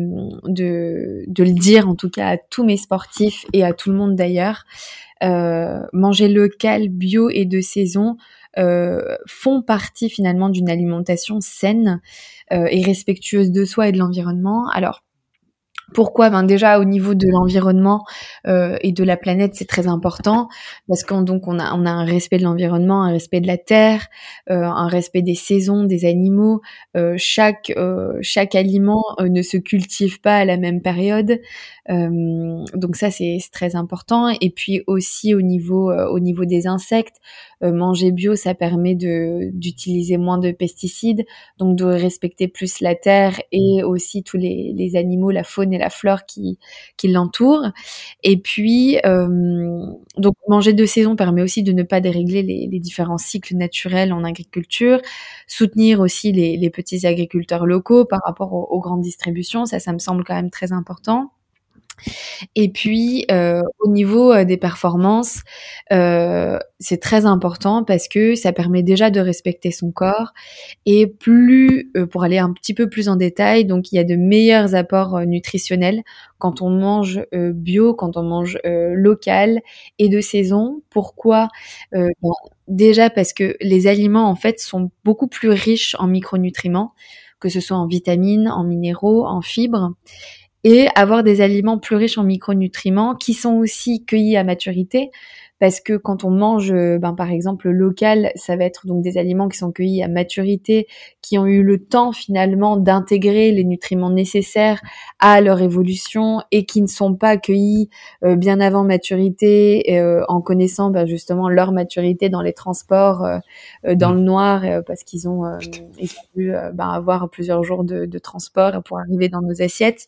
de, de le dire en tout cas à tous mes sportifs et à tout le monde d'ailleurs. Euh, manger local, bio et de saison euh, font partie finalement d'une alimentation saine euh, et respectueuse de soi et de l'environnement. Alors, pourquoi? Ben déjà au niveau de l'environnement euh, et de la planète, c'est très important parce qu'on donc on a on a un respect de l'environnement, un respect de la terre, euh, un respect des saisons, des animaux. Euh, chaque euh, chaque aliment euh, ne se cultive pas à la même période, Euh, donc ça c'est c'est très important. Et puis aussi au niveau euh, au niveau des insectes, euh, manger bio, ça permet de d'utiliser moins de pesticides, donc de respecter plus la terre et aussi tous les, les animaux, la faune et la flore qui, qui l'entourent. Et puis, euh, donc manger de saison permet aussi de ne pas dérégler les, les différents cycles naturels en agriculture, soutenir aussi les, les petits agriculteurs locaux par rapport aux, aux grandes distributions, ça, ça me semble quand même très important. Et puis, heu, au niveau, heu, des performances, heu, c'est très important parce que ça permet déjà de respecter son corps et plus, heu, pour aller un petit peu plus en détail, donc il y a de meilleurs apports, heu, nutritionnels quand on mange, heu, bio, quand on mange, heu, local et de saison. Pourquoi? Heu, ben, déjà parce que les aliments, en fait, sont beaucoup plus riches en micronutriments, que ce soit en vitamines, en minéraux, en fibres et avoir des aliments plus riches en micronutriments qui sont aussi cueillis à maturité parce que quand on mange, euh, ben, par exemple, local, ça va être donc des aliments qui sont cueillis à maturité, qui ont eu le temps finalement d'intégrer les nutriments nécessaires à leur évolution et qui ne sont pas cueillis euh, bien avant maturité euh, en connaissant ben, justement leur maturité dans les transports euh, euh, dans Mmh. le noir euh, parce qu'ils ont, euh, ils ont dû euh, ben, avoir plusieurs jours de, de transport pour arriver dans nos assiettes.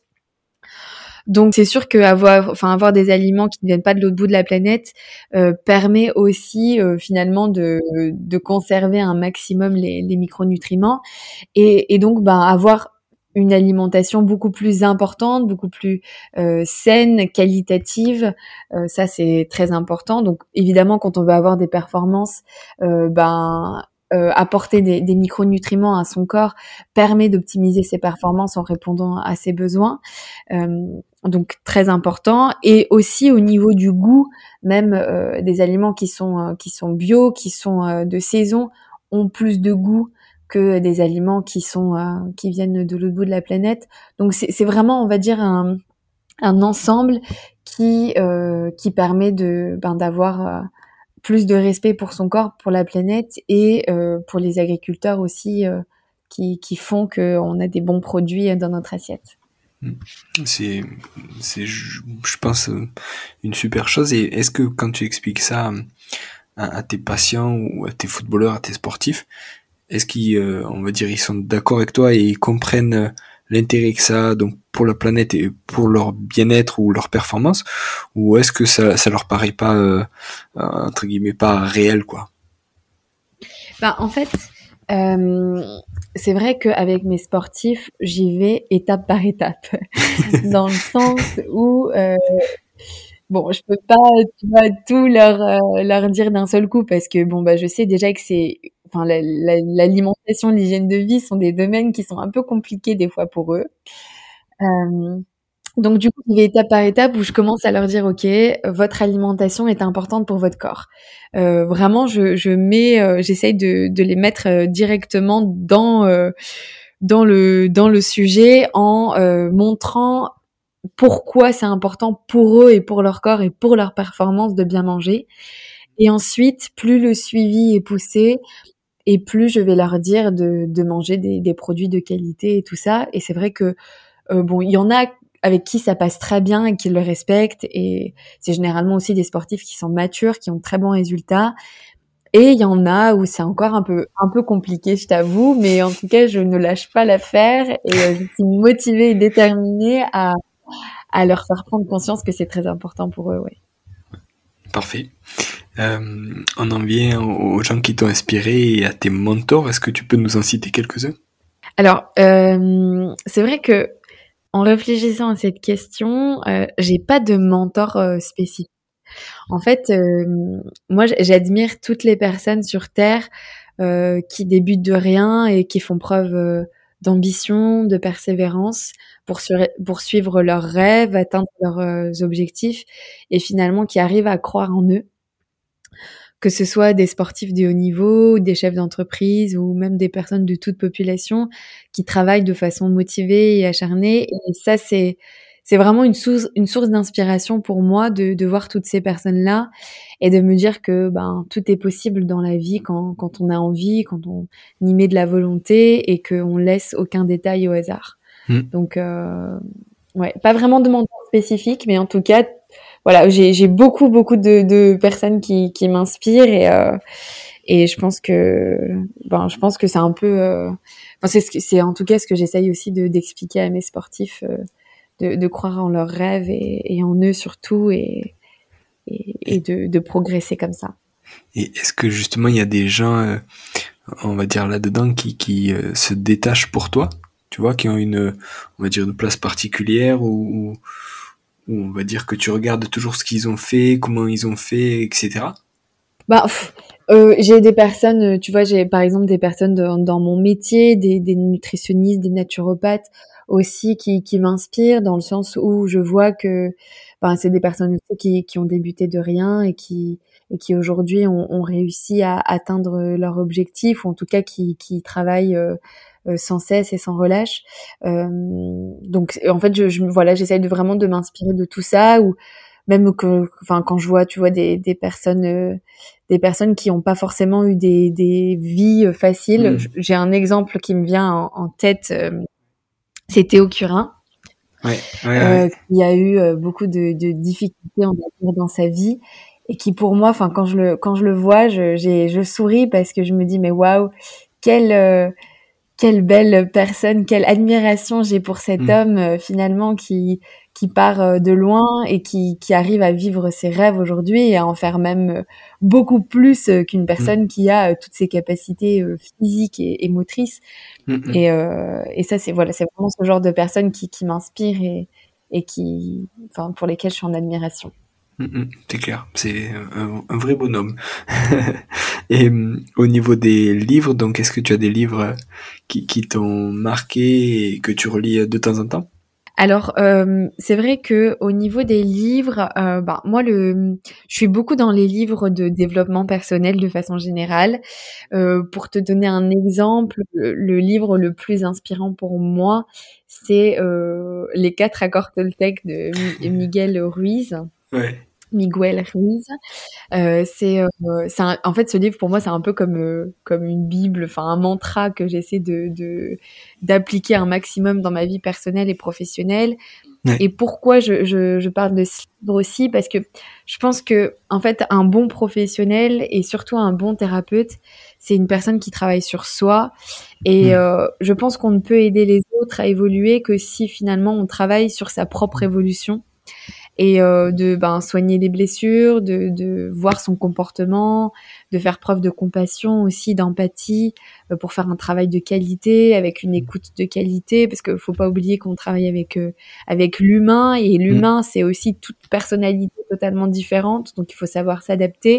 Donc c'est sûr qu'avoir enfin avoir des aliments qui ne viennent pas de l'autre bout de la planète euh, permet aussi euh, finalement de, de conserver un maximum les, les micronutriments et, et donc ben avoir une alimentation beaucoup plus importante, beaucoup plus euh, saine, qualitative, euh, ça c'est très important. Donc évidemment quand on veut avoir des performances, euh, ben euh, apporter des, des micronutriments à son corps permet d'optimiser ses performances en répondant à ses besoins. Euh, donc très important et aussi au niveau du goût, même euh, des aliments qui sont euh, qui sont bio, qui sont euh, de saison, ont plus de goût que des aliments qui sont euh, qui viennent de l'autre bout de la planète. Donc c'est c'est vraiment, on va dire, un un ensemble qui euh, qui permet de ben d'avoir euh, plus de respect pour son corps, pour la planète et euh, pour les agriculteurs aussi euh, qui qui font qu'on a des bons produits dans notre assiette. C'est, c'est, je, je pense, euh, une super chose. Et est-ce que quand tu expliques ça à, à tes patients ou à tes footballeurs, à tes sportifs, est-ce qu'ils, euh, on va dire, ils sont d'accord avec toi et ils comprennent euh, l'intérêt que ça a donc pour la planète et pour leur bien-être ou leur performance, ou est-ce que ça, ça leur paraît pas euh, entre guillemets pas réel quoi? Bah, en fait, euh, c'est vrai qu'avec mes sportifs, j'y vais étape par étape, dans le sens où euh, bon, je peux pas, tu vois, tout leur euh, leur dire d'un seul coup parce que bon bah je sais déjà que c'est, enfin la- la- l'alimentation, l'hygiène de vie sont des domaines qui sont un peu compliqués des fois pour eux. Euh, donc du coup, il y a étape par étape où je commence à leur dire, OK, votre alimentation est importante pour votre corps. Euh, vraiment, je, je mets, euh, j'essaye de, de les mettre euh, directement dans euh, dans le dans le sujet en euh, montrant pourquoi c'est important pour eux et pour leur corps et pour leur performance de bien manger. Et ensuite, plus le suivi est poussé et plus je vais leur dire de, de manger des, des produits de qualité et tout ça. Et c'est vrai que euh, bon, il y en a avec qui ça passe très bien et qui le respectent et c'est généralement aussi des sportifs qui sont matures, qui ont de très bons résultats. Et il y en a où c'est encore un peu un peu compliqué, je t'avoue, mais en tout cas, je ne lâche pas l'affaire et euh, je suis motivée et déterminée à à leur faire prendre conscience que c'est très important pour eux, ouais. Parfait. Euh, on en vient aux gens qui t'ont inspiré et à tes mentors. Est-ce que tu peux nous en citer quelques-uns? Alors, euh, c'est vrai que en réfléchissant à cette question, euh, j'ai pas de mentor euh, spécifique. En fait, euh, moi, j'admire toutes les personnes sur Terre euh, qui débutent de rien et qui font preuve euh, d'ambition, de persévérance pour sur- poursuivre leurs rêves, atteindre leurs euh, objectifs et finalement qui arrivent à croire en eux, que ce soit des sportifs de haut niveau, des chefs d'entreprise ou même des personnes de toute population qui travaillent de façon motivée et acharnée. Et ça, c'est c'est vraiment une source une source d'inspiration pour moi de de voir toutes ces personnes-là et de me dire que ben tout est possible dans la vie quand quand on a envie, quand on y met de la volonté et qu'on laisse aucun détail au hasard. Hmm. Donc euh, ouais, pas vraiment de mentor spécifique, mais en tout cas voilà, j'ai j'ai beaucoup beaucoup de, de personnes qui qui m'inspirent et euh, et je pense que ben je pense que c'est un peu euh, enfin c'est ce que- c'est en tout cas ce que j'essaye aussi de d'expliquer à mes sportifs euh, de de croire en leurs rêves et, et en eux surtout et et, et Et, de de progresser comme ça. et est-ce que justement il y a des gens, euh, on va dire là-dedans, qui, qui euh, se détachent pour toi, tu vois, qui ont une, on va dire une place particulière ou, ou on va dire que tu regardes toujours ce qu'ils ont fait, comment ils ont fait, et cetera. Bah, pff, euh, j'ai des personnes, euh, tu vois, j'ai par exemple des personnes dans, dans mon métier, des, des nutritionnistes, des naturopathes aussi qui, qui m'inspirent dans le sens où je vois que ben, c'est des personnes aussi qui, qui ont débuté de rien et qui, et qui aujourd'hui ont, ont réussi à atteindre leur objectif ou en tout cas qui, qui travaillent euh, euh, sans cesse et sans relâche. Euh, donc en fait, je, je voilà, j'essaye de vraiment de m'inspirer de tout ça ou même que, enfin, quand je vois, tu vois, des, des personnes, euh, des personnes qui n'ont pas forcément eu des, des vies faciles. Mmh. J'ai un exemple qui me vient en, en tête, euh, c'est Théo Curin, Ouais, ouais, ouais. euh, qui a eu euh, beaucoup de, de difficultés, on va dire, dans sa vie, et qui pour moi, enfin, quand je le, quand je le vois, je, j'ai, je souris parce que je me dis, mais waouh, quelle, euh, quelle belle personne, quelle admiration j'ai pour cet Mmh. homme euh, finalement qui qui part euh, de loin et qui qui arrive à vivre ses rêves aujourd'hui et à en faire même euh, beaucoup plus euh, qu'une Mmh. personne qui a euh, toutes ses capacités euh, physiques et, et motrices. Mmh mh. Et euh, et ça c'est voilà, c'est vraiment ce genre de personne qui qui m'inspire et et qui enfin pour lesquelles je suis en admiration. Mmh mh. C'est clair, c'est un, un vrai bonhomme. Et hum, au niveau des livres, donc est-ce que tu as des livres qui, qui t'ont marqué et que tu relis de temps en temps? Alors, euh, c'est vrai que au niveau des livres, euh, ben, moi, le, je suis beaucoup dans les livres de développement personnel de façon générale. Euh, pour te donner un exemple, le, le livre le plus inspirant pour moi, c'est euh, Les quatre accords Toltec de Mi- Miguel Ruiz. Ouais. Miguel Ruiz. Euh, c'est, euh, c'est un- en fait, ce livre pour moi, c'est un peu comme euh, comme une bible, enfin un mantra que j'essaie de, de d'appliquer un maximum dans ma vie personnelle et professionnelle. Ouais. Et pourquoi je, je, je parle de ce livre aussi? Parce que je pense que, en fait, un bon professionnel et surtout un bon thérapeute, c'est une personne qui travaille sur soi. Et Mmh. euh, je pense qu'on ne peut aider les autres à évoluer que si finalement on travaille sur sa propre évolution et euh, de ben, soigner les blessures, de, de voir son comportement, de faire preuve de compassion aussi, d'empathie euh, pour faire un travail de qualité, avec une écoute de qualité, parce qu'il faut pas oublier qu'on travaille avec euh, avec l'humain et Mmh. l'humain c'est aussi toute personnalité totalement différente, donc il faut savoir s'adapter.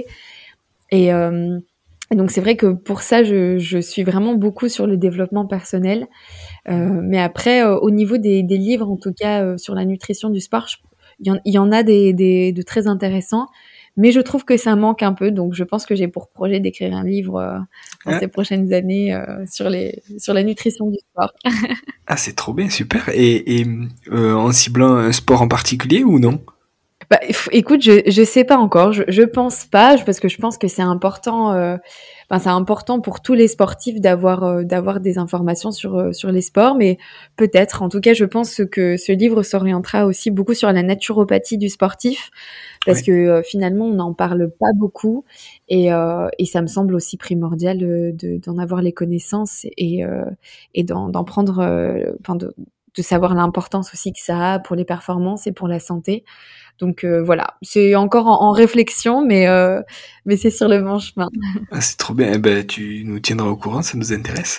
Et euh, donc c'est vrai que pour ça je, je suis vraiment beaucoup sur le développement personnel. Euh, mais après, euh, au niveau des, des livres, en tout cas euh, sur la nutrition du sport, je- il y, en, il y en a des, des, de très intéressants, mais je trouve que ça manque un peu. Donc, je pense que j'ai pour projet d'écrire un livre euh, dans Ah, ces prochaines années euh, sur les sur la nutrition du sport. ah, c'est trop bien, super. Et, et euh, en ciblant un sport en particulier ou non? Bah, f- écoute, je je sais pas encore. Je je pense pas parce que je pense que c'est important. Euh, enfin, c'est important pour tous les sportifs d'avoir euh, d'avoir des informations sur euh, sur les sports, mais peut-être. En tout cas, je pense que ce livre s'orientera aussi beaucoup sur la naturopathie du sportif parce Ouais. que euh, finalement, on n'en parle pas beaucoup et euh, et ça me semble aussi primordial euh, de d'en avoir les connaissances et euh, et d'en d'en prendre, euh, enfin de de savoir l'importance aussi que ça a pour les performances et pour la santé. Donc euh, voilà, c'est encore en, en réflexion, mais euh, mais c'est sur le bon chemin. Ah, c'est trop bien. Eh ben, tu nous tiendras au courant, ça nous intéresse.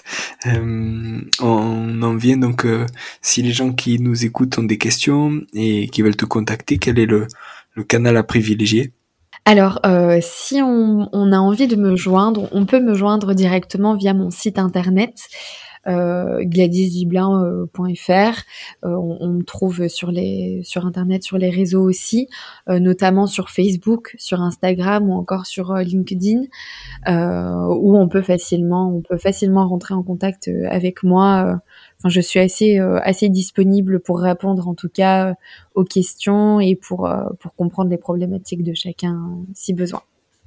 Euh, on en vient donc, euh, si les gens qui nous écoutent ont des questions et qui veulent te contacter, quel est le, le canal à privilégier? Alors, euh, si on, on a envie de me joindre, on peut me joindre directement via mon site internet euh, gladys dublin point f r. Euh, on, on me trouve sur les sur internet, sur les réseaux aussi, euh, notamment sur Facebook, sur Instagram ou encore sur euh, LinkedIn. Euh, où on peut facilement, on peut facilement rentrer en contact euh, avec moi. Euh, Enfin, je suis assez, euh, assez disponible pour répondre en tout cas euh, aux questions et pour, euh, pour comprendre les problématiques de chacun euh, si besoin.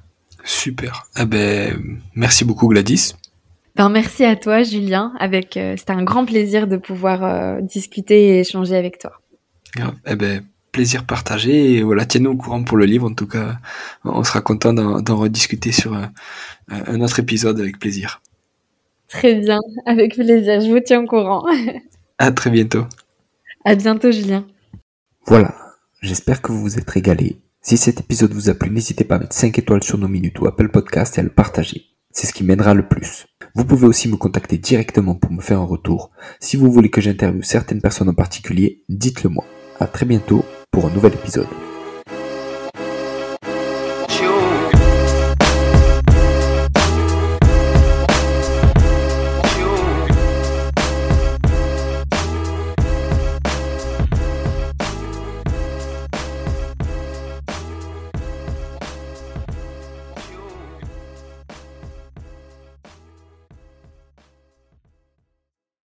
Super. Ah ben, merci beaucoup Gladys. Ben, merci à toi, Julien. Avec, euh, c'était un grand plaisir de pouvoir euh, discuter et échanger avec toi. Grave. Eh ben, plaisir partagé. Et voilà, tiens-nous au courant pour le livre. En tout cas, on sera content d'en, d'en rediscuter sur un, un autre épisode avec plaisir. Très bien, avec plaisir. Je vous tiens au courant. À très bientôt. À bientôt, Julien. Voilà, j'espère que vous vous êtes régalés. Si cet épisode vous a plu, n'hésitez pas à mettre cinq étoiles sur nos minutes ou Apple Podcast et à le partager. C'est ce qui m'aidera le plus. Vous pouvez aussi me contacter directement pour me faire un retour. Si vous voulez que j'interviewe certaines personnes en particulier, dites-le moi. À très bientôt pour un nouvel épisode.